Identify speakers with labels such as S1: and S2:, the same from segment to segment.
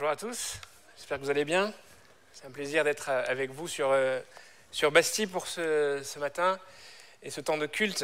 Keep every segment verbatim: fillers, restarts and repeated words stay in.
S1: Bonjour à tous, j'espère que vous allez bien. C'est un plaisir d'être avec vous sur, euh, sur Bastille pour ce, ce matin et ce temps de culte.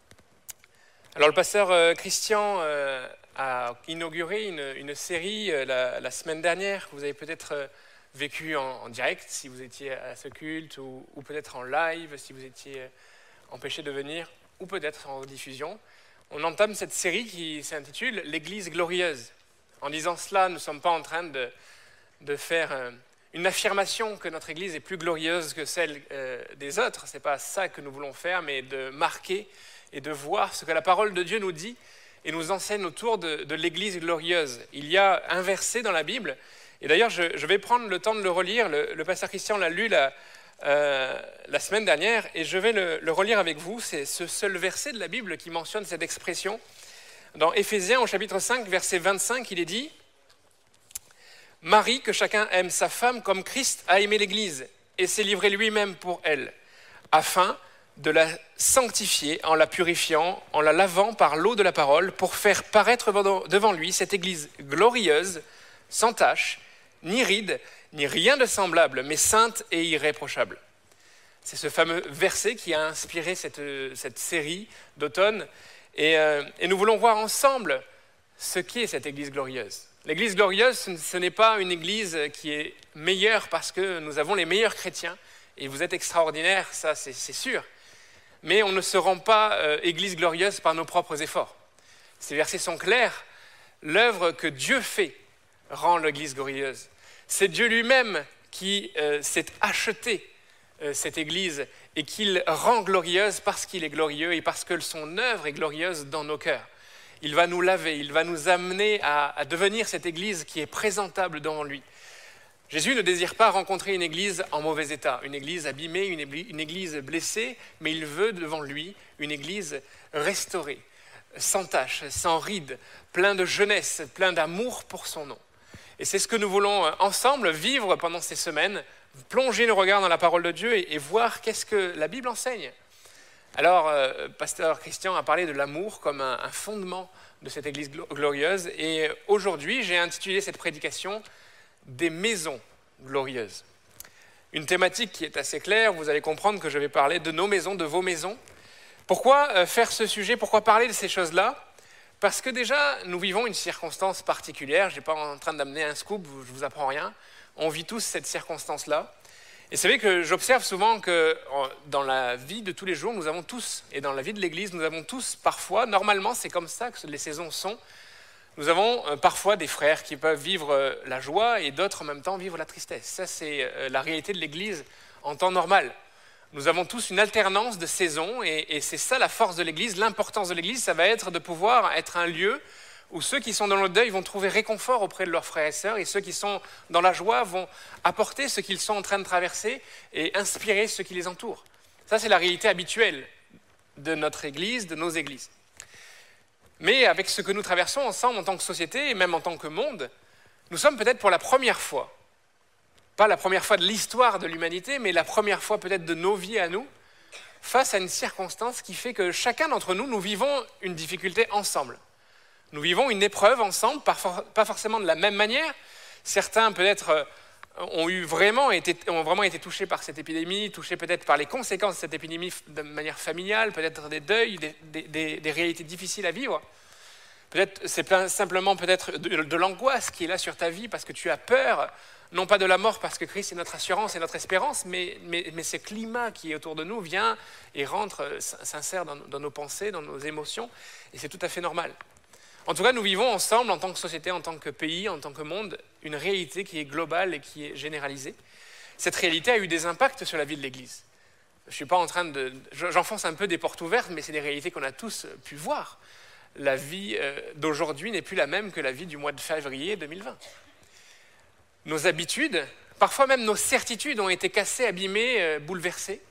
S1: Alors le pasteur euh, Christian euh, a inauguré une, une série euh, la, la semaine dernière que vous avez peut-être euh, vécu en, en direct si vous étiez à ce culte ou, ou peut-être en live si vous étiez empêché de venir ou peut-être en rediffusion. On entame cette série qui s'intitule « L'Église glorieuse ». En disant cela, nous ne sommes pas en train de, de faire euh, une affirmation que notre Église est plus glorieuse que celle euh, des autres. Ce n'est pas ça que nous voulons faire, mais de marquer et de voir ce que la parole de Dieu nous dit et nous enseigne autour de, de l'Église glorieuse. Il y a un verset dans la Bible, et d'ailleurs je, je vais prendre le temps de le relire. Le, le pasteur Christian l'a lu la, euh, la semaine dernière, et je vais le, le relire avec vous. C'est ce seul verset de la Bible qui mentionne cette expression. Dans Éphésiens, au chapitre cinq, verset vingt-cinq, il est dit « Marie, que chacun aime sa femme comme Christ a aimé l'Église et s'est livré lui-même pour elle, afin de la sanctifier en la purifiant, en la lavant par l'eau de la parole, pour faire paraître devant lui cette Église glorieuse, sans tache, ni ride, ni rien de semblable, mais sainte et irréprochable. » C'est ce fameux verset qui a inspiré cette, cette série d'automne. Et, euh, et nous voulons voir ensemble ce qu'est cette Église glorieuse. L'Église glorieuse, ce, ce n'est pas une Église qui est meilleure parce que nous avons les meilleurs chrétiens, et vous êtes extraordinaires, ça c'est, c'est sûr. Mais on ne se rend pas euh, Église glorieuse par nos propres efforts. Ces versets sont clairs. L'œuvre que Dieu fait rend l'Église glorieuse. C'est Dieu lui-même qui euh, s'est acheté euh, cette Église et qu'il rend glorieuse parce qu'il est glorieux et parce que son œuvre est glorieuse dans nos cœurs. Il va nous laver, il va nous amener à, à devenir cette Église qui est présentable devant lui. Jésus ne désire pas rencontrer une Église en mauvais état, une Église abîmée, une, une Église blessée, mais il veut devant lui une Église restaurée, sans tache, sans ride, plein de jeunesse, plein d'amour pour son nom. Et c'est ce que nous voulons ensemble vivre pendant ces semaines, plonger le regard dans la parole de Dieu et, et voir qu'est-ce que la Bible enseigne. Alors, euh, pasteur Christian a parlé de l'amour comme un, un fondement de cette Église glorieuse. Et aujourd'hui, j'ai intitulé cette prédication « Des maisons glorieuses ». Une thématique qui est assez claire, vous allez comprendre que je vais parler de nos maisons, de vos maisons. Pourquoi euh, faire ce sujet? Pourquoi parler de ces choses-là? Parce que déjà, nous vivons une circonstance particulière. Je ne suis pas en train d'amener un scoop, je ne vous apprends rien. On vit tous cette circonstance-là. Et c'est vrai que j'observe souvent que dans la vie de tous les jours, nous avons tous, et dans la vie de l'Église, nous avons tous parfois, normalement c'est comme ça que les saisons sont, nous avons parfois des frères qui peuvent vivre la joie et d'autres en même temps vivre la tristesse. Ça c'est la réalité de l'Église en temps normal. Nous avons tous une alternance de saisons et, et c'est ça la force de l'Église. L'importance de l'Église, ça va être de pouvoir être un lieu où ceux qui sont dans le deuil vont trouver réconfort auprès de leurs frères et sœurs, et ceux qui sont dans la joie vont apporter ce qu'ils sont en train de traverser et inspirer ceux qui les entourent. Ça, c'est la réalité habituelle de notre Église, de nos églises. Mais avec ce que nous traversons ensemble en tant que société, et même en tant que monde, nous sommes peut-être pour la première fois, pas la première fois de l'histoire de l'humanité, mais la première fois peut-être de nos vies à nous, face à une circonstance qui fait que chacun d'entre nous, nous vivons une difficulté ensemble. Nous vivons une épreuve ensemble, pas forcément de la même manière. Certains peut-être ont, eu vraiment été, ont vraiment été touchés par cette épidémie, touchés peut-être par les conséquences de cette épidémie de manière familiale, peut-être des deuils, des, des, des réalités difficiles à vivre. Peut-être c'est plein, simplement peut-être de, de l'angoisse qui est là sur ta vie parce que tu as peur, non pas de la mort parce que Christ est notre assurance et notre espérance, mais, mais, mais ce climat qui est autour de nous vient et rentre, s'insère dans, dans nos pensées, dans nos émotions, et c'est tout à fait normal. En tout cas, nous vivons ensemble, en tant que société, en tant que pays, en tant que monde, une réalité qui est globale et qui est généralisée. Cette réalité a eu des impacts sur la vie de l'Église. Je ne suis pas en train de... J'enfonce un peu des portes ouvertes, mais c'est des réalités qu'on a tous pu voir. La vie d'aujourd'hui n'est plus la même que la vie du mois de février deux mille vingt. Nos habitudes, parfois même nos certitudes ont été cassées, abîmées, bouleversées.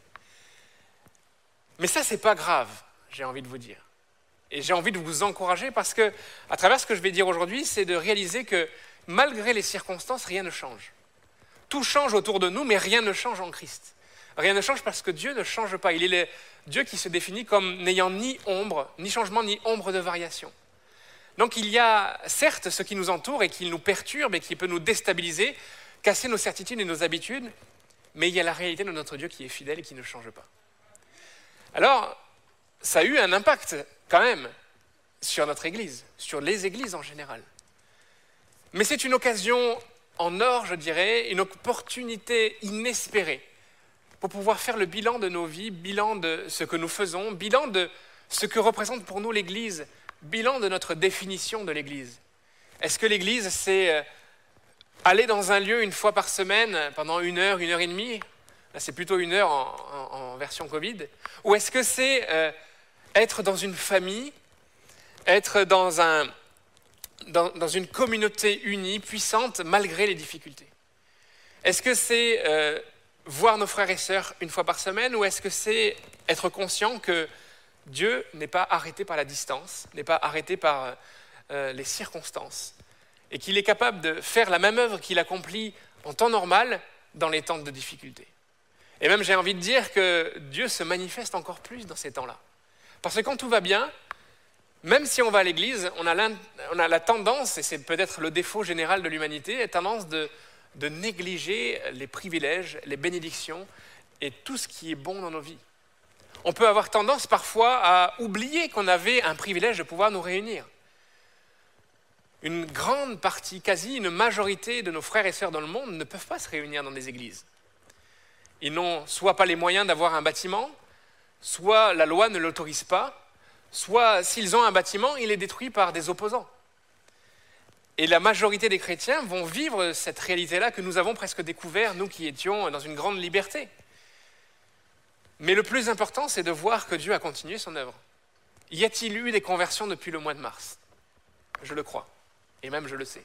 S1: Mais ça, ce n'est pas grave, j'ai envie de vous dire. Et j'ai envie de vous encourager parce que, à travers ce que je vais dire aujourd'hui, c'est de réaliser que malgré les circonstances, rien ne change. Tout change autour de nous, mais rien ne change en Christ. Rien ne change parce que Dieu ne change pas. Il est le Dieu qui se définit comme n'ayant ni ombre, ni changement, ni ombre de variation. Donc il y a certes ce qui nous entoure et qui nous perturbe et qui peut nous déstabiliser, casser nos certitudes et nos habitudes, mais il y a la réalité de notre Dieu qui est fidèle et qui ne change pas. Alors, ça a eu un impact quand même sur notre Église, sur les églises en général. Mais c'est une occasion en or, je dirais, une opportunité inespérée pour pouvoir faire le bilan de nos vies, bilan de ce que nous faisons, bilan de ce que représente pour nous l'Église, bilan de notre définition de l'Église. Est-ce que l'Église, c'est aller dans un lieu une fois par semaine pendant une heure, une heure et demie? Là, c'est plutôt une heure en, en, en version Covid. Ou est-ce que c'est euh, être dans une famille, être dans, un, dans, dans une communauté unie, puissante, malgré les difficultés? Est-ce que c'est euh, voir nos frères et sœurs une fois par semaine, ou est-ce que c'est être conscient que Dieu n'est pas arrêté par la distance, n'est pas arrêté par euh, les circonstances, et qu'il est capable de faire la même œuvre qu'il accomplit en temps normal dans les temps de difficulté? Et même, j'ai envie de dire que Dieu se manifeste encore plus dans ces temps-là. Parce que quand tout va bien, même si on va à l'église, on a, on a la tendance, et c'est peut-être le défaut général de l'humanité, la tendance de, de négliger les privilèges, les bénédictions et tout ce qui est bon dans nos vies. On peut avoir tendance parfois à oublier qu'on avait un privilège de pouvoir nous réunir. Une grande partie, quasi une majorité de nos frères et sœurs dans le monde ne peuvent pas se réunir dans des églises. Ils n'ont soit pas les moyens d'avoir un bâtiment, soit la loi ne l'autorise pas, soit s'ils ont un bâtiment, il est détruit par des opposants. Et la majorité des chrétiens vont vivre cette réalité-là que nous avons presque découvert, nous qui étions dans une grande liberté. Mais le plus important, c'est de voir que Dieu a continué son œuvre. Y a-t-il eu des conversions depuis le mois de mars? Je le crois, et même je le sais.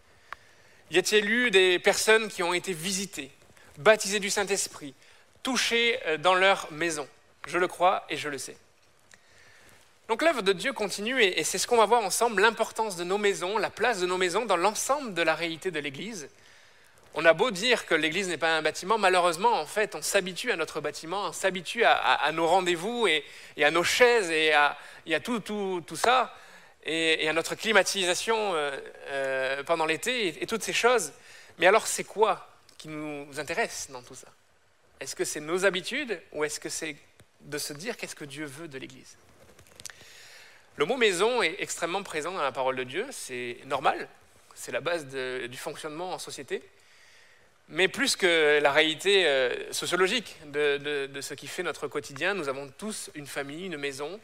S1: Y a-t-il eu des personnes qui ont été visitées, baptisées du Saint-Esprit, touchées dans leur maison? Je le crois et je le sais. Donc l'œuvre de Dieu continue, et c'est ce qu'on va voir ensemble, l'importance de nos maisons, la place de nos maisons dans l'ensemble de la réalité de l'Église. On a beau dire que l'Église n'est pas un bâtiment, malheureusement, en fait, on s'habitue à notre bâtiment, on s'habitue à, à, à nos rendez-vous et, et à nos chaises et à, et à tout, tout, tout ça, et, et à notre climatisation euh, euh, pendant l'été et, et toutes ces choses. Mais alors, c'est quoi qui nous intéresse dans tout ça? Est-ce que c'est nos habitudes ou est-ce que c'est de se dire qu'est-ce que Dieu veut de l'Église? Le mot maison est extrêmement présent dans la parole de Dieu, c'est normal, c'est la base de, du fonctionnement en société. Mais plus que la réalité euh, sociologique de, de, de ce qui fait notre quotidien, nous avons tous une famille, une maison.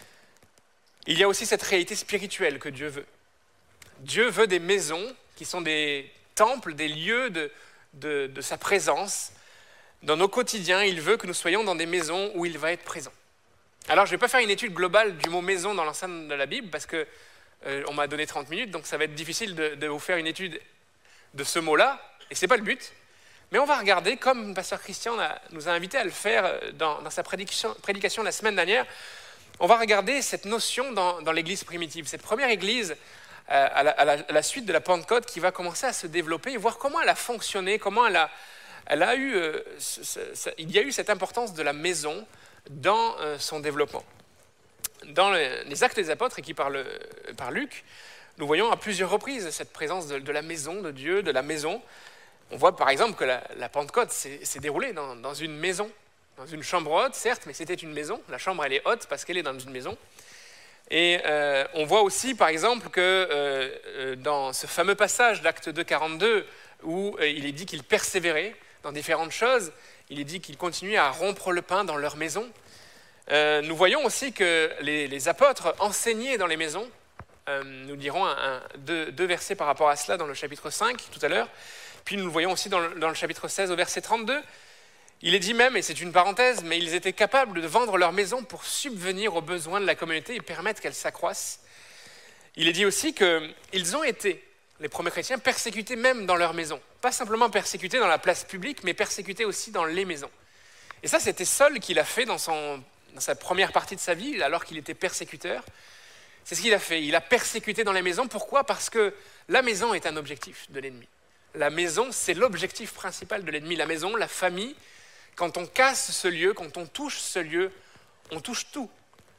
S1: Il y a aussi cette réalité spirituelle que Dieu veut. Dieu veut des maisons qui sont des temples, des lieux de, de, de sa présence. Dans nos quotidiens, il veut que nous soyons dans des maisons où il va être présent. Alors, je ne vais pas faire une étude globale du mot maison dans l'ensemble de la Bible parce qu'on euh, m'a donné trente minutes, donc ça va être difficile de, de vous faire une étude de ce mot-là. Et ce n'est pas le but, mais on va regarder, comme pasteur Christian a, nous a invités à le faire dans, dans sa prédication, prédication la semaine dernière, on va regarder cette notion dans, dans l'Église primitive, cette première Église euh, à, la, à, la, à la suite de la Pentecôte qui va commencer à se développer et voir comment elle a fonctionné, comment elle a, elle a eu, euh, ce, ce, ce, il y a eu cette importance de la maison dans euh, son développement. Dans le, les Actes des Apôtres, écrits par, le, par Luc, nous voyons à plusieurs reprises cette présence de, de la maison de Dieu, de la maison. On voit par exemple que la, la Pentecôte s'est, s'est déroulée dans, dans une maison, dans une chambre haute, certes, mais c'était une maison. La chambre, elle est haute parce qu'elle est dans une maison. Et euh, on voit aussi, par exemple, que euh, dans ce fameux passage d'Acte deux, quarante-deux, où euh, il est dit qu'ils persévéraient dans différentes choses, il est dit qu'ils continuaient à rompre le pain dans leur maison. Euh, nous voyons aussi que les, les apôtres enseignaient dans les maisons. Euh, nous lirons un, un, deux, deux versets par rapport à cela dans le chapitre cinq, tout à l'heure. Puis nous le voyons aussi dans le, dans le chapitre seize, au verset trente-deux. Il est dit même, et c'est une parenthèse, mais ils étaient capables de vendre leur maison pour subvenir aux besoins de la communauté et permettre qu'elle s'accroisse. Il est dit aussi qu'ils ont été, les premiers chrétiens, persécutés même dans leur maison. Pas simplement persécutés dans la place publique, mais persécutés aussi dans les maisons. Et ça, c'était Saul qui l'a fait dans, son, dans sa première partie de sa vie, alors qu'il était persécuteur. C'est ce qu'il a fait. Il a persécuté dans les maisons. Pourquoi? Parce que la maison est un objectif de l'ennemi. La maison, c'est l'objectif principal de l'ennemi. La maison, la famille, quand on casse ce lieu, quand on touche ce lieu, on touche tout.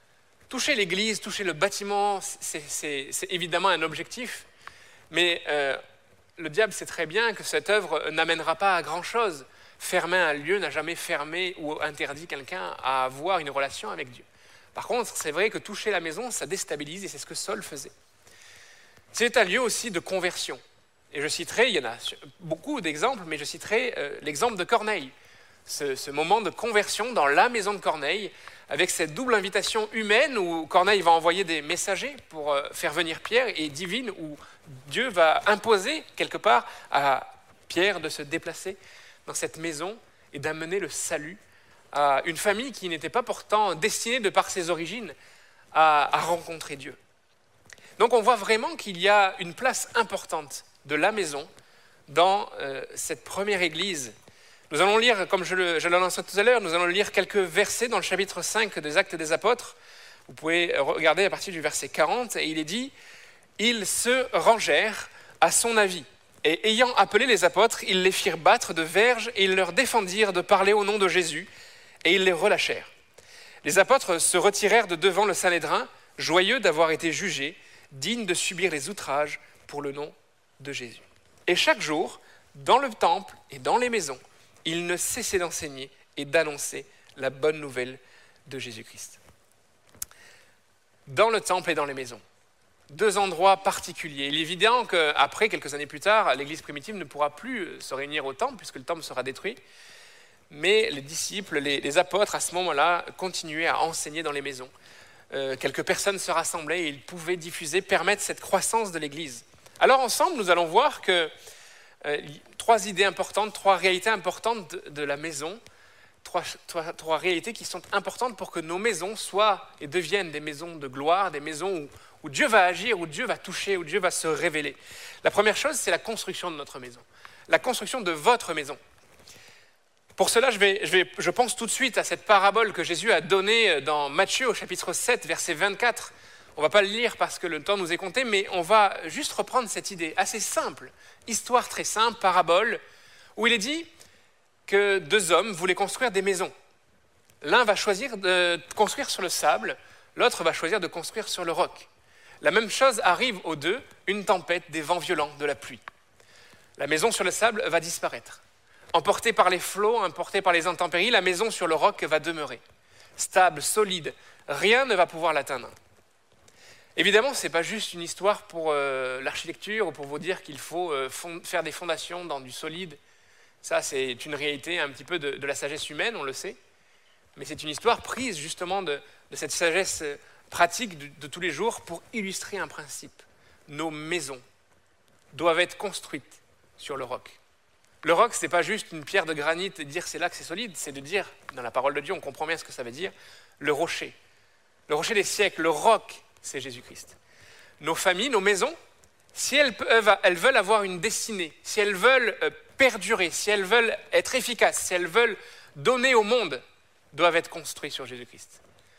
S1: toucher l'église, toucher le bâtiment, c'est, c'est, c'est évidemment un objectif, mais euh, le diable sait très bien que cette œuvre n'amènera pas à grand-chose. Fermer un lieu n'a jamais fermé ou interdit quelqu'un à avoir une relation avec Dieu. Par contre, c'est vrai que toucher la maison, ça déstabilise, et c'est ce que Saul faisait. C'est un lieu aussi de conversion. Et je citerai, il y en a beaucoup d'exemples, mais je citerai euh, l'exemple de Corneille. Ce, ce moment de conversion dans la maison de Corneille, avec cette double invitation humaine où Corneille va envoyer des messagers pour euh, faire venir Pierre, et divine où Dieu va imposer quelque part à Pierre de se déplacer dans cette maison et d'amener le salut à une famille qui n'était pas pourtant destinée, de par ses origines, à, à rencontrer Dieu. Donc on voit vraiment qu'il y a une place importante de la maison dans euh, cette première église. Nous allons lire, comme je, le, je l'annonçais tout à l'heure, nous allons lire quelques versets dans le chapitre cinq des Actes des Apôtres. Vous pouvez regarder à partir du verset quarante, et il est dit « Ils se rangèrent à son avis. Et ayant appelé les apôtres, ils les firent battre de verges et ils leur défendirent de parler au nom de Jésus, et ils les relâchèrent. Les apôtres se retirèrent de devant le Sanhédrin, joyeux d'avoir été jugés, dignes de subir les outrages pour le nom de Jésus. Et chaque jour, dans le temple et dans les maisons, ils ne cessaient d'enseigner et d'annoncer la bonne nouvelle de Jésus-Christ. » Dans le temple et dans les maisons. Deux endroits particuliers. Il est évident qu'après, quelques années plus tard, l'Église primitive ne pourra plus se réunir au temple, puisque le temple sera détruit. Mais les disciples, les, les apôtres, à ce moment-là, continuaient à enseigner dans les maisons. Euh, quelques personnes se rassemblaient et ils pouvaient diffuser, permettre cette croissance de l'Église. Alors ensemble, nous allons voir que euh, trois idées importantes, trois réalités importantes de, de la maison, trois, trois, trois réalités qui sont importantes pour que nos maisons soient et deviennent des maisons de gloire, des maisons où où Dieu va agir, où Dieu va toucher, où Dieu va se révéler. La première chose, c'est la construction de notre maison, la construction de votre maison. Pour cela, je, vais, je, vais, je pense tout de suite à cette parabole que Jésus a donnée dans Matthieu au chapitre sept, verset vingt-quatre. On ne va pas le lire parce que le temps nous est compté, mais on va juste reprendre cette idée assez simple, histoire très simple, parabole, où il est dit que deux hommes voulaient construire des maisons. L'un va choisir de construire sur le sable, l'autre va choisir de construire sur le roc. La même chose arrive aux deux, une tempête, des vents violents, de la pluie. La maison sur le sable va disparaître. Emportée par les flots, emportée par les intempéries, la maison sur le roc va demeurer. Stable, solide, rien ne va pouvoir l'atteindre. Évidemment, ce n'est pas juste une histoire pour euh, l'architecture ou pour vous dire qu'il faut euh, fond- faire des fondations dans du solide. Ça, c'est une réalité un petit peu de, de la sagesse humaine, on le sait. Mais c'est une histoire prise justement de, de cette sagesse pratique de, de tous les jours pour illustrer un principe. Nos maisons doivent être construites sur le roc. Le roc, ce n'est pas juste une pierre de granit et dire c'est là que c'est solide, c'est de dire, dans la parole de Dieu, on comprend bien ce que ça veut dire, le rocher. Le rocher des siècles, le roc, c'est Jésus-Christ. Nos familles, nos maisons, si elles, peuvent, elles veulent avoir une destinée, si elles veulent perdurer, si elles veulent être efficaces, si elles veulent donner au monde, doivent être construites sur Jésus-Christ.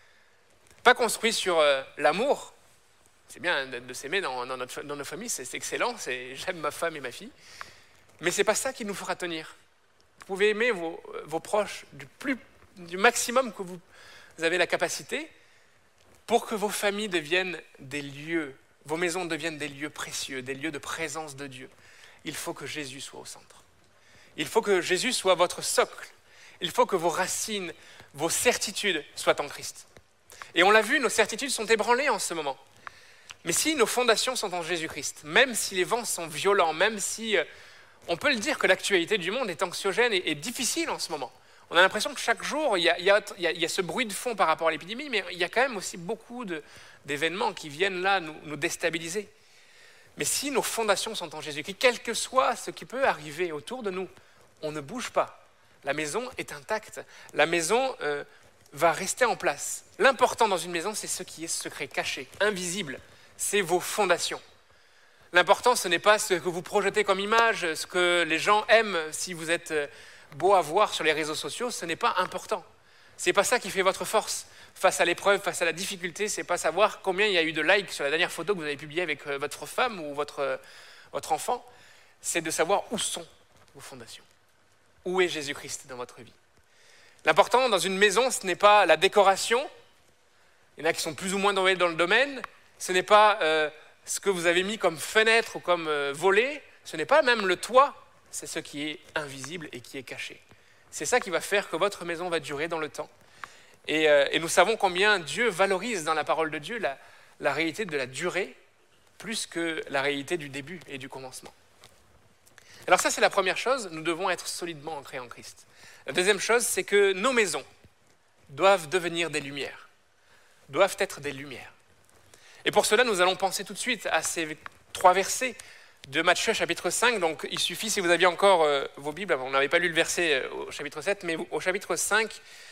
S1: Pas construites sur euh, l'amour. C'est bien de, de s'aimer dans, dans, notre, dans nos familles, c'est, c'est excellent, c'est, j'aime ma femme et ma fille. Mais ce n'est pas ça qui nous fera tenir. Vous pouvez aimer vos, vos proches du, plus, du maximum que vous, vous avez la capacité pour que vos familles deviennent des lieux, vos maisons deviennent des lieux précieux, des lieux de présence de Dieu. Il faut que Jésus soit au centre. Il faut que Jésus soit votre socle. Il faut que vos racines, vos certitudes soient en Christ. Et on l'a vu, nos certitudes sont ébranlées en ce moment. Mais si nos fondations sont en Jésus-Christ, même si les vents sont violents, même si euh, on peut le dire que l'actualité du monde est anxiogène et, et difficile en ce moment, on a l'impression que chaque jour, il y a, il y a, il y a ce bruit de fond par rapport à l'épidémie, mais il y a quand même aussi beaucoup de, d'événements qui viennent là nous, nous déstabiliser. Mais si nos fondations sont en Jésus-Christ, quel que soit ce qui peut arriver autour de nous, on ne bouge pas. La maison est intacte. La maison euh, va rester en place. L'important dans une maison, c'est ce qui est secret, caché, invisible. C'est vos fondations. L'important, ce n'est pas ce que vous projetez comme image, ce que les gens aiment si vous êtes beau à voir sur les réseaux sociaux, ce n'est pas important. Ce n'est pas ça qui fait votre force. Face à l'épreuve, face à la difficulté, ce n'est pas savoir combien il y a eu de likes sur la dernière photo que vous avez publiée avec votre femme ou votre, votre enfant. C'est de savoir où sont vos fondations. Où est Jésus-Christ dans votre vie? L'important dans une maison, ce n'est pas la décoration, Il y en a qui sont plus ou moins dans le domaine. Ce n'est pas euh, ce que vous avez mis comme fenêtre ou comme euh, volet. Ce n'est pas même le toit. C'est ce qui est invisible et qui est caché. C'est ça qui va faire que votre maison va durer dans le temps. Et, euh, et nous savons combien Dieu valorise dans la parole de Dieu la, la réalité de la durée plus que la réalité du début et du commencement. Alors ça, c'est la première chose. Nous devons être solidement ancrés en Christ. La deuxième chose, c'est que nos maisons doivent devenir des lumières, doivent être des lumières. Et pour cela, nous allons penser tout de suite à ces trois versets de Matthieu chapitre cinq. Donc il suffit, si vous aviez encore euh, vos Bibles, on n'avait pas lu le verset euh, au chapitre sept, mais au chapitre cinq,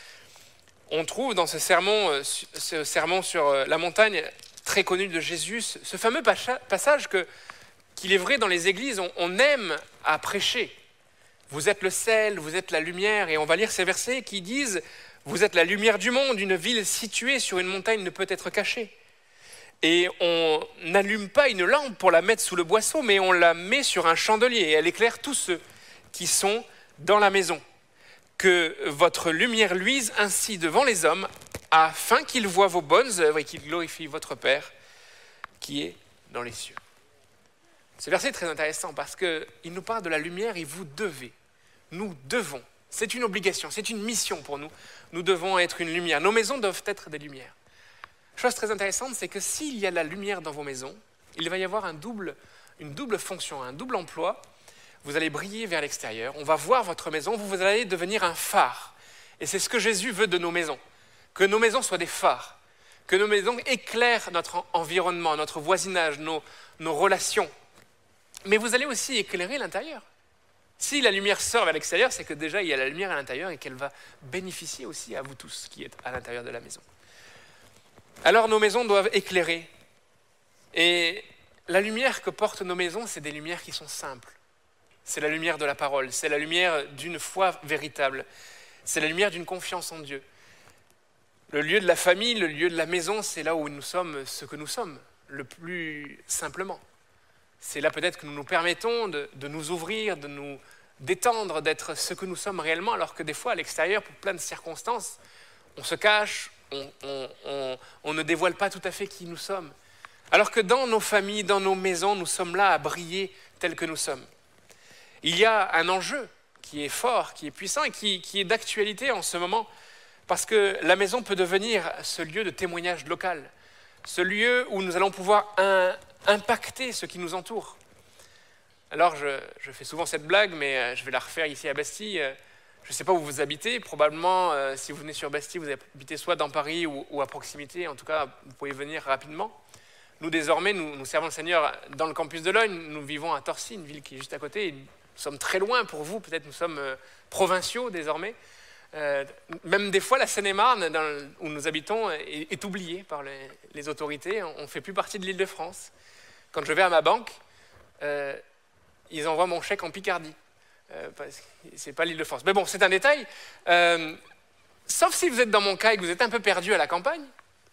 S1: on trouve dans ce sermon, euh, ce sermon sur euh, la montagne très connu de Jésus, ce fameux passage que, qu'il est vrai dans les églises, on, on aime à prêcher. Vous êtes le sel, vous êtes la lumière, et on va lire ces versets qui disent « Vous êtes la lumière du monde, une ville située sur une montagne ne peut être cachée. » Et on n'allume pas une lampe pour la mettre sous le boisseau, mais on la met sur un chandelier, et elle éclaire tous ceux qui sont dans la maison. Que votre lumière luise ainsi devant les hommes, afin qu'ils voient vos bonnes œuvres et qu'ils glorifient votre Père qui est dans les cieux. Ce verset est très intéressant parce qu'il nous parle de la lumière et vous devez, nous devons, c'est une obligation, c'est une mission pour nous, nous devons être une lumière. Nos maisons doivent être des lumières. Chose très intéressante, c'est que s'il y a la lumière dans vos maisons, il va y avoir un double, une double fonction, un double emploi. Vous allez briller vers l'extérieur, on va voir votre maison, vous allez devenir un phare. Et c'est ce que Jésus veut de nos maisons, que nos maisons soient des phares, que nos maisons éclairent notre environnement, notre voisinage, nos, nos relations. Mais vous allez aussi éclairer l'intérieur. Si la lumière sort vers l'extérieur, c'est que déjà il y a la lumière à l'intérieur et qu'elle va bénéficier aussi à vous tous qui êtes à l'intérieur de la maison. Alors nos maisons doivent éclairer. Et la lumière que portent nos maisons, c'est des lumières qui sont simples. C'est la lumière de la parole, c'est la lumière d'une foi véritable, c'est la lumière d'une confiance en Dieu. Le lieu de la famille, le lieu de la maison, c'est là où nous sommes ce que nous sommes, le plus simplement. C'est là peut-être que nous nous permettons de, de nous ouvrir, de nous détendre, d'être ce que nous sommes réellement, alors que des fois, à l'extérieur, pour plein de circonstances, on se cache, on, on, on, on ne dévoile pas tout à fait qui nous sommes. Alors que dans nos familles, dans nos maisons, nous sommes là à briller tels que nous sommes. Il y a un enjeu qui est fort, qui est puissant et qui, qui est d'actualité en ce moment, parce que la maison peut devenir ce lieu de témoignage local, ce lieu où nous allons pouvoir un, impacter ce qui nous entoure. Alors, je, je fais souvent cette blague, mais je vais la refaire ici à Bastille. Je ne sais pas où vous habitez, probablement, euh, si vous venez sur Bastille, vous habitez soit dans Paris ou, ou à proximité, en tout cas, vous pouvez venir rapidement. Nous, désormais, nous, nous servons le Seigneur dans le campus de Logne, nous vivons à Torcy, une ville qui est juste à côté, et nous sommes très loin pour vous, peut-être nous sommes euh, provinciaux désormais. Euh, même des fois, la Seine-et-Marne, dans, où nous habitons, est, est oubliée par les, les autorités. On ne fait plus partie de l'Île-de-France. Quand je vais à ma banque, euh, ils envoient mon chèque en Picardie. Euh, ce n'est pas l'Île-de-France. Mais bon, c'est un détail. Euh, sauf si vous êtes dans mon cas et que vous êtes un peu perdu à la campagne.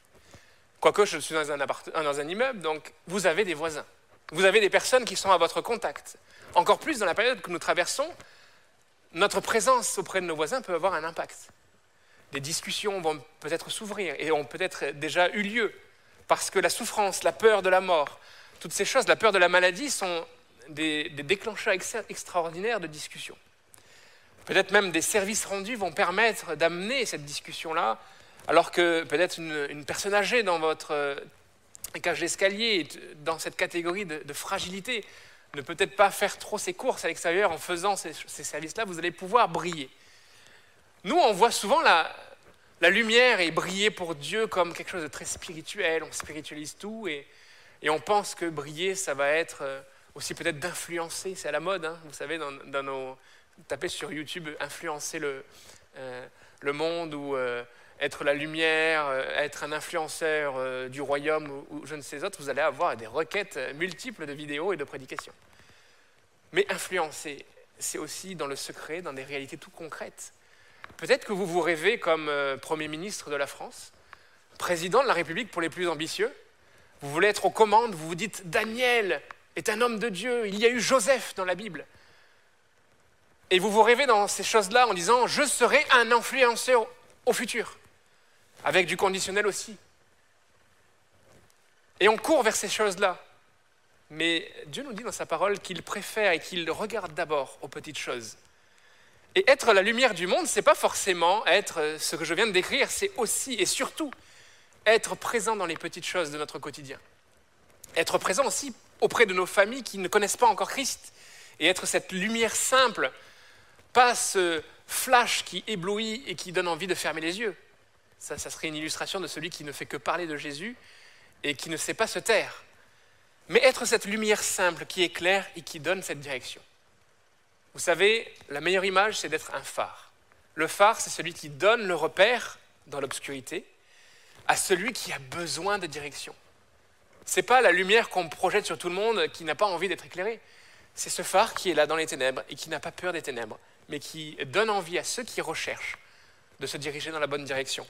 S1: Quoique je suis dans un, appart- dans un immeuble, donc vous avez des voisins. Vous avez des personnes qui sont à votre contact. Encore plus dans la période que nous traversons, notre présence auprès de nos voisins peut avoir un impact. Des discussions vont peut-être s'ouvrir et ont peut-être déjà eu lieu parce que la souffrance, la peur de la mort, toutes ces choses, la peur de la maladie sont des, des déclencheurs ex- extraordinaires de discussions. Peut-être même des services rendus vont permettre d'amener cette discussion-là, alors que peut-être une, une personne âgée dans votre euh, cage d'escalier, dans cette catégorie de, de fragilité, ne peut peut-être pas faire trop ses courses à l'extérieur en faisant ces, ces services-là, vous allez pouvoir briller. Nous, on voit souvent la, la lumière et briller pour Dieu comme quelque chose de très spirituel, on spiritualise tout et, et on pense que briller, ça va être aussi peut-être d'influencer, c'est à la mode, hein, vous savez, dans, dans nos... Tapez sur YouTube, influencer le, euh, le monde ou euh, être la lumière, euh, être un influenceur euh, du royaume ou, ou je ne sais autres, vous allez avoir des requêtes multiples de vidéos et de prédications. Mais influencer, c'est aussi dans le secret, dans des réalités tout concrètes. Peut-être que vous vous rêvez comme euh, Premier ministre de la France, président de la République pour les plus ambitieux. Vous voulez être aux commandes, vous vous dites « Daniel est un homme de Dieu, il y a eu Joseph dans la Bible ». Et vous vous rêvez dans ces choses-là en disant « Je serai un influenceur au futur », avec du conditionnel aussi. Et on court vers ces choses-là. Mais Dieu nous dit dans sa parole qu'il préfère et qu'il regarde d'abord aux petites choses. Et être la lumière du monde, ce n'est pas forcément être ce que je viens de décrire, c'est aussi et surtout être présent dans les petites choses de notre quotidien. Être présent aussi auprès de nos familles qui ne connaissent pas encore Christ. Et être cette lumière simple, pas ce flash qui éblouit et qui donne envie de fermer les yeux. Ça, ça serait une illustration de celui qui ne fait que parler de Jésus et qui ne sait pas se taire. Mais être cette lumière simple qui éclaire et qui donne cette direction. Vous savez, la meilleure image, c'est d'être un phare. Le phare, c'est celui qui donne le repère dans l'obscurité à celui qui a besoin de direction. Ce n'est pas la lumière qu'on projette sur tout le monde qui n'a pas envie d'être éclairé. C'est ce phare qui est là dans les ténèbres et qui n'a pas peur des ténèbres, mais qui donne envie à ceux qui recherchent de se diriger dans la bonne direction.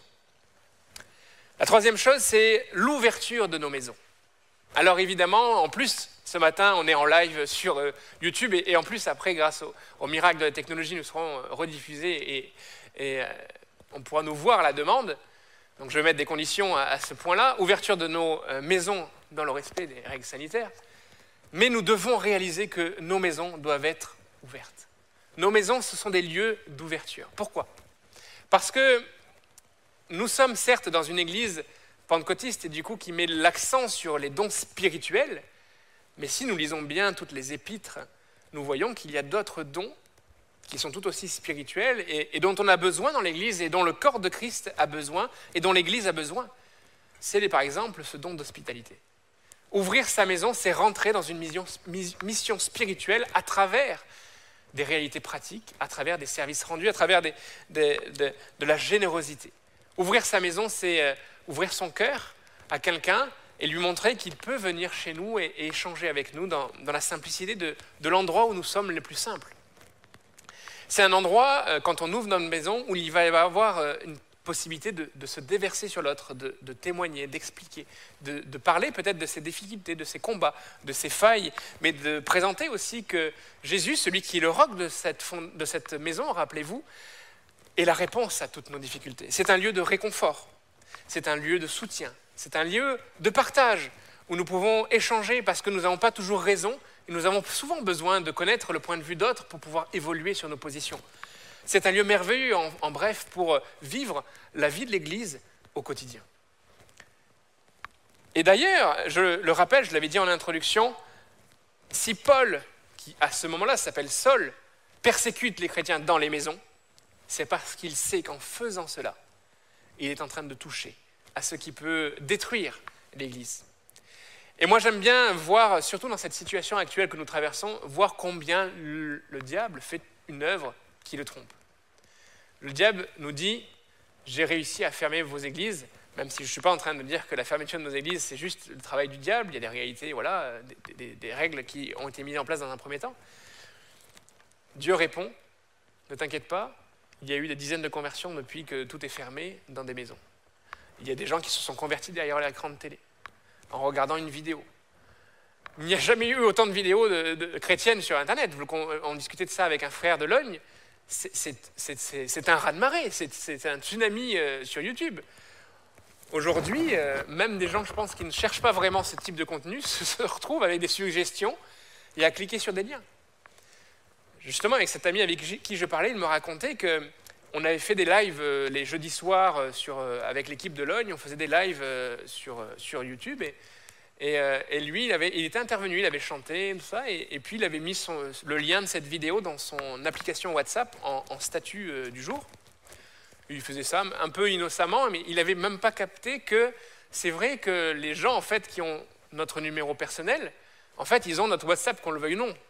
S1: La troisième chose, c'est l'ouverture de nos maisons. Alors évidemment, en plus, ce matin, on est en live sur euh, YouTube et, et en plus, après, grâce au, au miracle de la technologie, nous serons rediffusés et, et euh, on pourra nous voir à la demande. Donc je vais mettre des conditions à, à ce point-là. Ouverture de nos euh, maisons dans le respect des règles sanitaires. Mais nous devons réaliser que nos maisons doivent être ouvertes. Nos maisons, ce sont des lieux d'ouverture. Pourquoi ? Parce que nous sommes certes dans une église pentecôtiste et du coup qui met l'accent sur les dons spirituels, mais si nous lisons bien toutes les épîtres, nous voyons qu'il y a d'autres dons qui sont tout aussi spirituels et, et dont on a besoin dans l'église et dont le corps de Christ a besoin et dont l'église a besoin. C'est par exemple ce don d'hospitalité. Ouvrir sa maison, c'est rentrer dans une mission, mission spirituelle à travers des réalités pratiques, à travers des services rendus, à travers des, des, de, de la générosité. Ouvrir sa maison, c'est euh, ouvrir son cœur à quelqu'un et lui montrer qu'il peut venir chez nous et, et échanger avec nous dans, dans la simplicité de, de l'endroit où nous sommes les plus simples. C'est un endroit, euh, quand on ouvre notre maison, où il va y avoir euh, une possibilité de, de se déverser sur l'autre, de, de témoigner, d'expliquer, de, de parler peut-être de ses difficultés, de ses combats, de ses failles, mais de présenter aussi que Jésus, celui qui est le roc de cette, fond, de cette maison, rappelez-vous, est la réponse à toutes nos difficultés. C'est un lieu de réconfort, c'est un lieu de soutien, c'est un lieu de partage où nous pouvons échanger parce que nous n'avons pas toujours raison et nous avons souvent besoin de connaître le point de vue d'autres pour pouvoir évoluer sur nos positions. C'est un lieu merveilleux, en, en bref, pour vivre la vie de l'Église au quotidien. Et d'ailleurs, je le rappelle, je l'avais dit en introduction, si Paul, qui à ce moment-là s'appelle Saul, persécute les chrétiens dans les maisons, c'est parce qu'il sait qu'en faisant cela, il est en train de toucher à ce qui peut détruire l'Église. Et moi, j'aime bien voir, surtout dans cette situation actuelle que nous traversons, voir combien le, le diable fait une œuvre qui le trompe. Le diable nous dit « j'ai réussi à fermer vos églises », même si je ne suis pas en train de dire que la fermeture de nos églises, c'est juste le travail du diable, il y a des réalités, voilà, des, des, des règles qui ont été mises en place dans un premier temps. Dieu répond « ne t'inquiète pas, il y a eu des dizaines de conversions depuis que tout est fermé dans des maisons. Il y a des gens qui se sont convertis derrière l'écran de télé, en regardant une vidéo. Il n'y a jamais eu autant de vidéos de, de chrétiennes sur Internet. On, on discutait de ça avec un frère de Logne. C'est, c'est, c'est, c'est, c'est un raz-de-marée, c'est, c'est un tsunami euh, sur YouTube. Aujourd'hui, euh, même des gens, je pense, qui ne cherchent pas vraiment ce type de contenu, se, se retrouvent avec des suggestions et à cliquer sur des liens. Justement, avec cet ami avec qui je parlais, il me racontait qu'on avait fait des lives euh, les jeudis soirs euh, sur, euh, avec l'équipe de Logne, on faisait des lives euh, sur, euh, sur YouTube et Et, euh, et lui, il, avait, il était intervenu, il avait chanté, tout ça, et, et puis il avait mis son, le lien de cette vidéo dans son application WhatsApp en, en statut euh, du jour. Il faisait ça un peu innocemment, mais il n'avait même pas capté que c'est vrai que les gens en fait, qui ont notre numéro personnel, en fait, ils ont notre WhatsApp, qu'on le veuille ou non.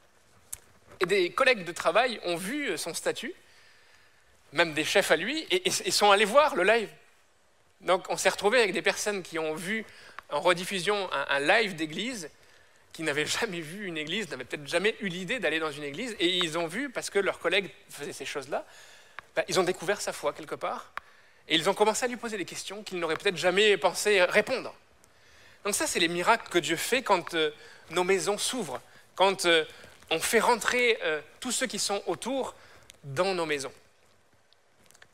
S1: Et des collègues de travail ont vu son statut, même des chefs à lui, et, et, et sont allés voir le live. Donc on s'est retrouvé avec des personnes qui ont vu en rediffusion un, un live d'église, qui n'avaient jamais vu une église, n'avaient peut-être jamais eu l'idée d'aller dans une église, et ils ont vu, parce que leurs collègues faisaient ces choses-là, ben, ils ont découvert sa foi quelque part, et ils ont commencé à lui poser des questions qu'ils n'auraient peut-être jamais pensé répondre. Donc ça, c'est les miracles que Dieu fait quand euh, nos maisons s'ouvrent, quand euh, on fait rentrer euh, tous ceux qui sont autour dans nos maisons.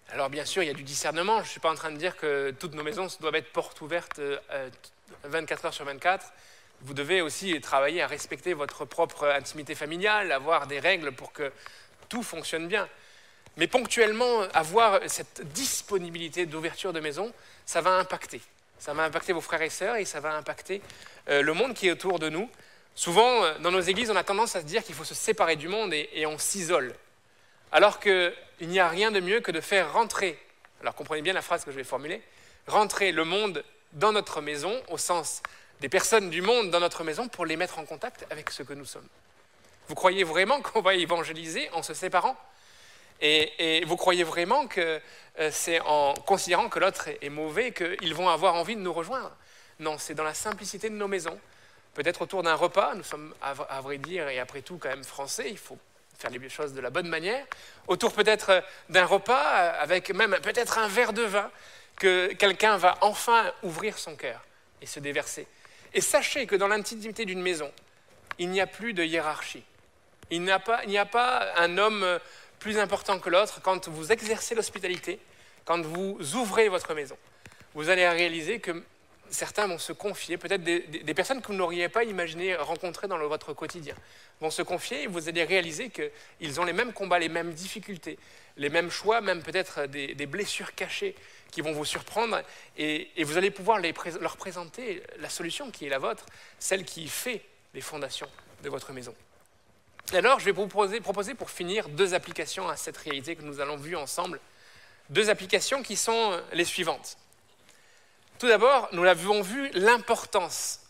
S1: Alors bien sûr, il y a du discernement. Je ne suis pas en train de dire que toutes nos maisons doivent être portes ouvertes vingt-quatre heures sur vingt-quatre. Vous devez aussi travailler à respecter votre propre intimité familiale, avoir des règles pour que tout fonctionne bien. Mais ponctuellement, avoir cette disponibilité d'ouverture de maison, ça va impacter. Ça va impacter vos frères et sœurs et ça va impacter euh, le monde qui est autour de nous. Souvent, dans nos églises, on a tendance à se dire qu'il faut se séparer du monde et, et on s'isole. Alors qu'il n'y a rien de mieux que de faire rentrer, alors comprenez bien la phrase que je vais formuler, rentrer le monde dans notre maison, au sens des personnes du monde dans notre maison, pour les mettre en contact avec ce que nous sommes. Vous croyez vraiment qu'on va évangéliser en se séparant ? Et, et vous croyez vraiment que euh, c'est en considérant que l'autre est, est mauvais qu'ils vont avoir envie de nous rejoindre ? Non, c'est dans la simplicité de nos maisons. Peut-être autour d'un repas, nous sommes à, à vrai dire, et après tout quand même français, il faut faire les choses de la bonne manière. Autour peut-être d'un repas, avec même peut-être un verre de vin, que quelqu'un va enfin ouvrir son cœur et se déverser. Et sachez que dans l'intimité d'une maison, il n'y a plus de hiérarchie. Il n'y a pas, il n'y a pas un homme plus important que l'autre. Quand vous exercez l'hospitalité, quand vous ouvrez votre maison, vous allez réaliser que certains vont se confier, peut-être des, des, des personnes que vous n'auriez pas imaginé rencontrer dans le, votre quotidien, vont se confier et vous allez réaliser qu'ils ont les mêmes combats, les mêmes difficultés, les mêmes choix, même peut-être des, des blessures cachées qui vont vous surprendre et, et vous allez pouvoir les, leur présenter la solution qui est la vôtre, celle qui fait les fondations de votre maison. Et alors, je vais vous proposer, proposer pour finir deux applications à cette réalité que nous allons voir ensemble, deux applications qui sont les suivantes. Tout d'abord, nous l'avons vu, l'importance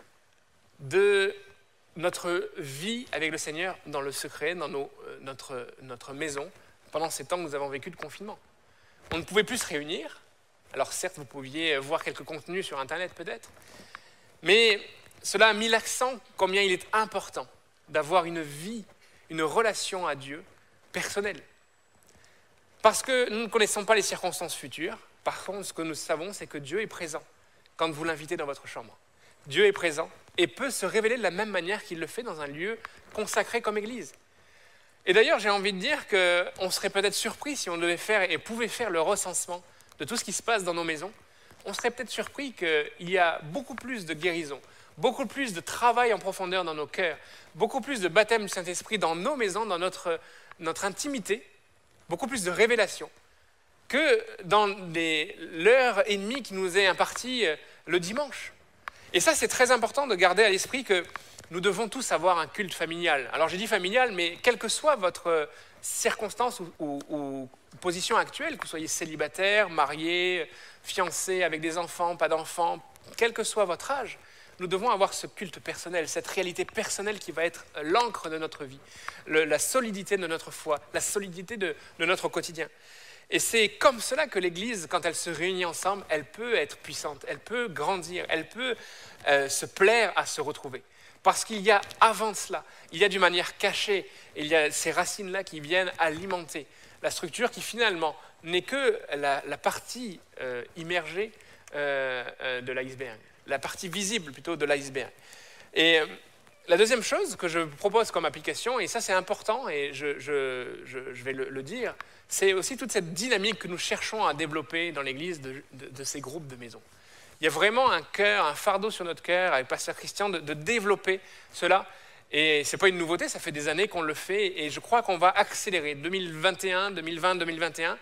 S1: de notre vie avec le Seigneur dans le secret, dans nos, notre, notre maison, pendant ces temps que nous avons vécu de confinement. On ne pouvait plus se réunir. Alors certes, vous pouviez voir quelques contenus sur Internet peut-être, mais cela a mis l'accent combien il est important d'avoir une vie, une relation à Dieu personnelle. Parce que nous ne connaissons pas les circonstances futures. Par contre, ce que nous savons, c'est que Dieu est présent quand vous l'invitez dans votre chambre. Dieu est présent et peut se révéler de la même manière qu'il le fait dans un lieu consacré comme Église. Et d'ailleurs, j'ai envie de dire qu'on serait peut-être surpris si on devait faire et pouvait faire le recensement de tout ce qui se passe dans nos maisons. On serait peut-être surpris qu'il y a beaucoup plus de guérison, beaucoup plus de travail en profondeur dans nos cœurs, beaucoup plus de baptême du Saint-Esprit dans nos maisons, dans notre, notre intimité, beaucoup plus de révélation que dans l'heure et demie qui nous est impartie le dimanche. Et ça, c'est très important de garder à l'esprit que nous devons tous avoir un culte familial. Alors j'ai dit familial, mais quelle que soit votre circonstance ou, ou, ou position actuelle, que vous soyez célibataire, marié, fiancé, avec des enfants, pas d'enfants, quel que soit votre âge, nous devons avoir ce culte personnel, cette réalité personnelle qui va être l'encre de notre vie, le, la solidité de notre foi, la solidité de, de notre quotidien. Et c'est comme cela que l'Église, quand elle se réunit ensemble, elle peut être puissante, elle peut grandir, elle peut euh, se plaire à se retrouver. Parce qu'il y a avant cela, il y a d'une manière cachée, il y a ces racines-là qui viennent alimenter la structure qui finalement n'est que la, la partie euh, immergée euh, euh, de l'iceberg, la partie visible plutôt de l'iceberg. Et euh, la deuxième chose que je vous propose comme application, et ça c'est important et je, je, je, je vais le, le dire, c'est aussi toute cette dynamique que nous cherchons à développer dans l'Église de, de, de ces groupes de maisons. Il y a vraiment un cœur, un fardeau sur notre cœur avec Pasteur Christian de, de développer cela. Et ce n'est pas une nouveauté, ça fait des années qu'on le fait et je crois qu'on va accélérer. deux mille vingt et un, deux mille vingt, deux mille vingt et un,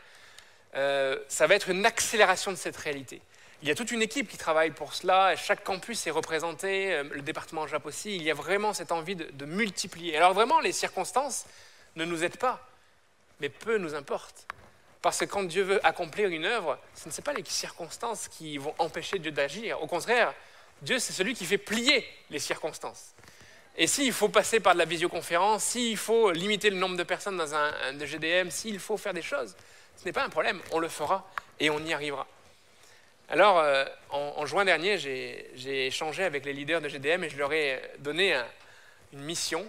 S1: euh, ça va être une accélération de cette réalité. Il y a toute une équipe qui travaille pour cela, chaque campus est représenté, le département Jap aussi, il y a vraiment cette envie de, de multiplier. Alors vraiment, les circonstances ne nous aident pas, mais peu nous importe. Parce que quand Dieu veut accomplir une œuvre, ce ne sont pas les circonstances qui vont empêcher Dieu d'agir. Au contraire, Dieu, c'est celui qui fait plier les circonstances. Et s'il faut passer par de la visioconférence, s'il faut limiter le nombre de personnes dans un, un G D M, s'il faut faire des choses, ce n'est pas un problème, on le fera et on y arrivera. Alors, euh, en, en juin dernier, j'ai, j'ai échangé avec les leaders de G D M et je leur ai donné un, une mission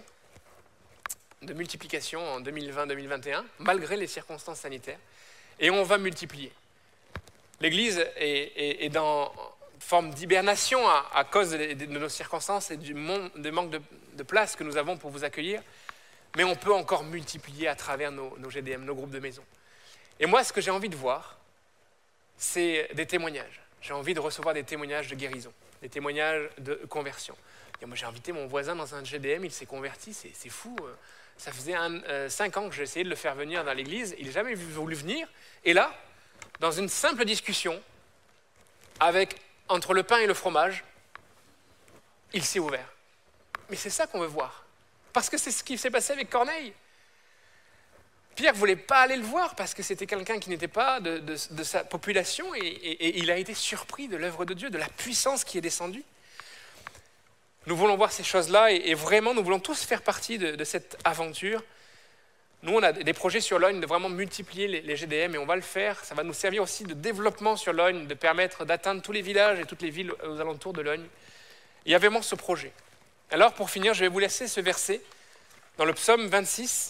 S1: de multiplication en deux mille vingt deux mille vingt et un, malgré les circonstances sanitaires. Et on va multiplier. L'Église est, est, est dans forme d'hibernation à, à cause de, de, de nos circonstances et du mon, de manque de, de place que nous avons pour vous accueillir. Mais on peut encore multiplier à travers nos, nos G D M, nos groupes de maison. Et moi, ce que j'ai envie de voir, c'est des témoignages. J'ai envie de recevoir des témoignages de guérison, des témoignages de conversion. Et moi, j'ai invité mon voisin dans un G D M, il s'est converti, c'est, c'est fou. Ça faisait un, euh, cinq ans que j'ai essayé de le faire venir dans l'église, il n'a jamais voulu venir. Et là, dans une simple discussion, avec, entre le pain et le fromage, il s'est ouvert. Mais c'est ça qu'on veut voir. Parce que c'est ce qui s'est passé avec Corneille. Pierre ne voulait pas aller le voir parce que c'était quelqu'un qui n'était pas de, de, de sa population et, et, et il a été surpris de l'œuvre de Dieu, de la puissance qui est descendue. Nous voulons voir ces choses-là et, et vraiment nous voulons tous faire partie de, de cette aventure. Nous, on a des projets sur Logne de vraiment multiplier les, les G D M et on va le faire. Ça va nous servir aussi de développement sur Logne, de permettre d'atteindre tous les villages et toutes les villes aux alentours de Logne. Il y a vraiment ce projet. Alors pour finir, je vais vous laisser ce verset dans le psaume vingt-six.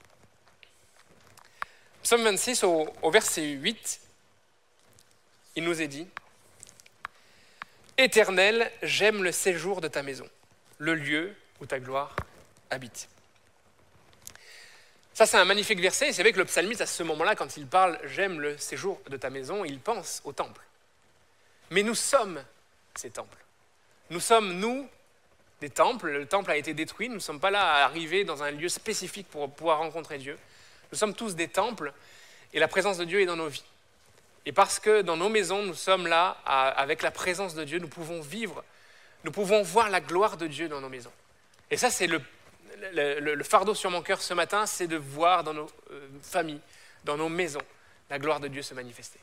S1: Psaume vingt-six, au, au verset huit, il nous est dit « Éternel, j'aime le séjour de ta maison, le lieu où ta gloire habite. » Ça, c'est un magnifique verset, et c'est vrai que le psalmiste, à ce moment-là, quand il parle « J'aime le séjour de ta maison », il pense au temple. Mais nous sommes ces temples. Nous sommes, nous, des temples. Le temple a été détruit, nous ne sommes pas là à arriver dans un lieu spécifique pour pouvoir rencontrer Dieu. Nous sommes tous des temples et la présence de Dieu est dans nos vies. Et parce que dans nos maisons, nous sommes là, à, avec la présence de Dieu, nous pouvons vivre, nous pouvons voir la gloire de Dieu dans nos maisons. Et ça, c'est le, le, le, le fardeau sur mon cœur ce matin, c'est de voir dans nos euh, familles, dans nos maisons, la gloire de Dieu se manifester.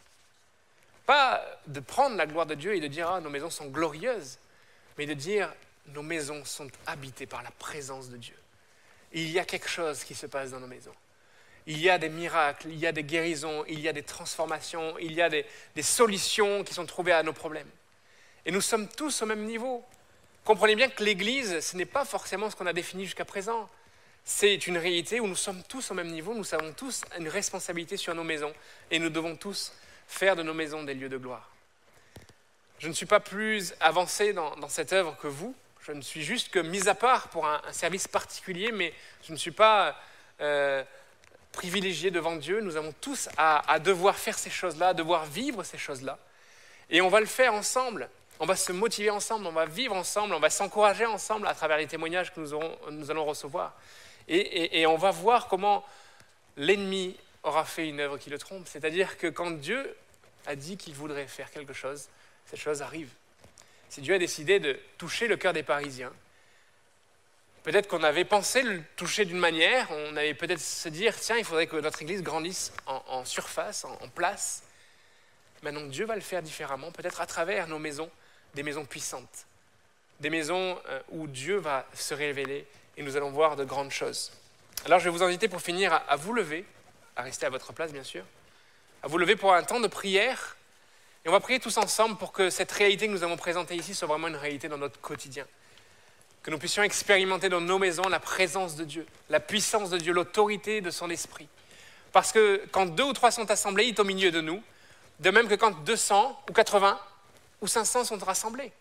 S1: Pas de prendre la gloire de Dieu et de dire « Ah, nos maisons sont glorieuses », mais de dire « Nos maisons sont habitées par la présence de Dieu. » Il y a quelque chose qui se passe dans nos maisons. Il y a des miracles, il y a des guérisons, il y a des transformations, il y a des, des solutions qui sont trouvées à nos problèmes. Et nous sommes tous au même niveau. Comprenez bien que l'Église, ce n'est pas forcément ce qu'on a défini jusqu'à présent. C'est une réalité où nous sommes tous au même niveau, nous avons tous une responsabilité sur nos maisons et nous devons tous faire de nos maisons des lieux de gloire. Je ne suis pas plus avancé dans, dans cette œuvre que vous. Je ne suis juste que mis à part pour un, un service particulier, mais je ne suis pas... Euh, privilégiés devant Dieu, nous avons tous à, à devoir faire ces choses-là, à devoir vivre ces choses-là. Et on va le faire ensemble, on va se motiver ensemble, on va vivre ensemble, on va s'encourager ensemble à travers les témoignages que nous, aurons, nous allons recevoir. Et, et, et on va voir comment l'ennemi aura fait une œuvre qui le trompe. C'est-à-dire que quand Dieu a dit qu'il voudrait faire quelque chose, cette chose arrive. Si Dieu a décidé de toucher le cœur des Parisiens, peut-être qu'on avait pensé le toucher d'une manière, on avait peut-être se dire, tiens, il faudrait que notre Église grandisse en, en surface, en, en place. Maintenant, Dieu va le faire différemment, peut-être à travers nos maisons, des maisons puissantes, des maisons où Dieu va se révéler et nous allons voir de grandes choses. Alors, je vais vous inviter pour finir à, à vous lever, à rester à votre place, bien sûr, à vous lever pour un temps de prière. Et on va prier tous ensemble pour que cette réalité que nous avons présentée ici soit vraiment une réalité dans notre quotidien. Que nous puissions expérimenter dans nos maisons la présence de Dieu, la puissance de Dieu, l'autorité de son esprit. Parce que quand deux ou trois sont assemblés, il est au milieu de nous, de même que quand deux cents ou quatre-vingts ou cinq cents sont rassemblés.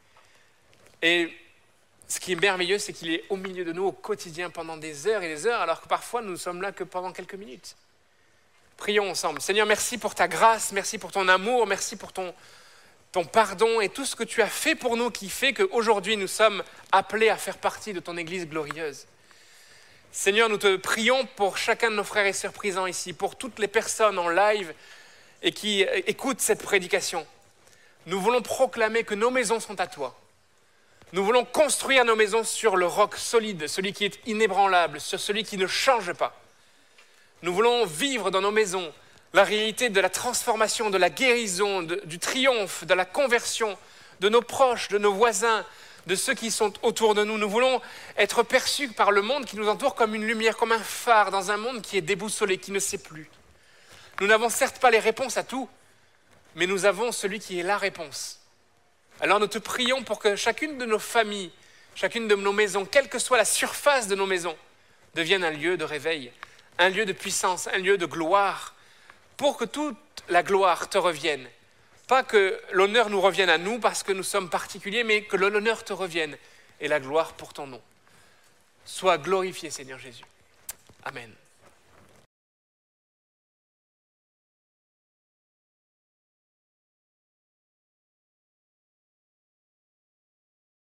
S1: Et ce qui est merveilleux, c'est qu'il est au milieu de nous au quotidien pendant des heures et des heures, alors que parfois nous ne sommes là que pendant quelques minutes. Prions ensemble. Seigneur, merci pour ta grâce, merci pour ton amour, merci pour ton... ton pardon et tout ce que tu as fait pour nous qui fait qu'aujourd'hui nous sommes appelés à faire partie de ton Église glorieuse. Seigneur, nous te prions pour chacun de nos frères et sœurs présents ici, pour toutes les personnes en live et qui écoutent cette prédication. Nous voulons proclamer que nos maisons sont à toi. Nous voulons construire nos maisons sur le roc solide, celui qui est inébranlable, sur celui qui ne change pas. Nous voulons vivre dans nos maisons la réalité de la transformation, de la guérison, de, du triomphe, de la conversion de nos proches, de nos voisins, de ceux qui sont autour de nous. Nous voulons être perçus par le monde qui nous entoure comme une lumière, comme un phare dans un monde qui est déboussolé, qui ne sait plus. Nous n'avons certes pas les réponses à tout, mais nous avons celui qui est la réponse. Alors nous te prions pour que chacune de nos familles, chacune de nos maisons, quelle que soit la surface de nos maisons, devienne un lieu de réveil, un lieu de puissance, un lieu de gloire, pour que toute la gloire te revienne. Pas que l'honneur nous revienne à nous parce que nous sommes particuliers, mais que l'honneur te revienne et la gloire pour ton nom. Sois glorifié, Seigneur Jésus. Amen.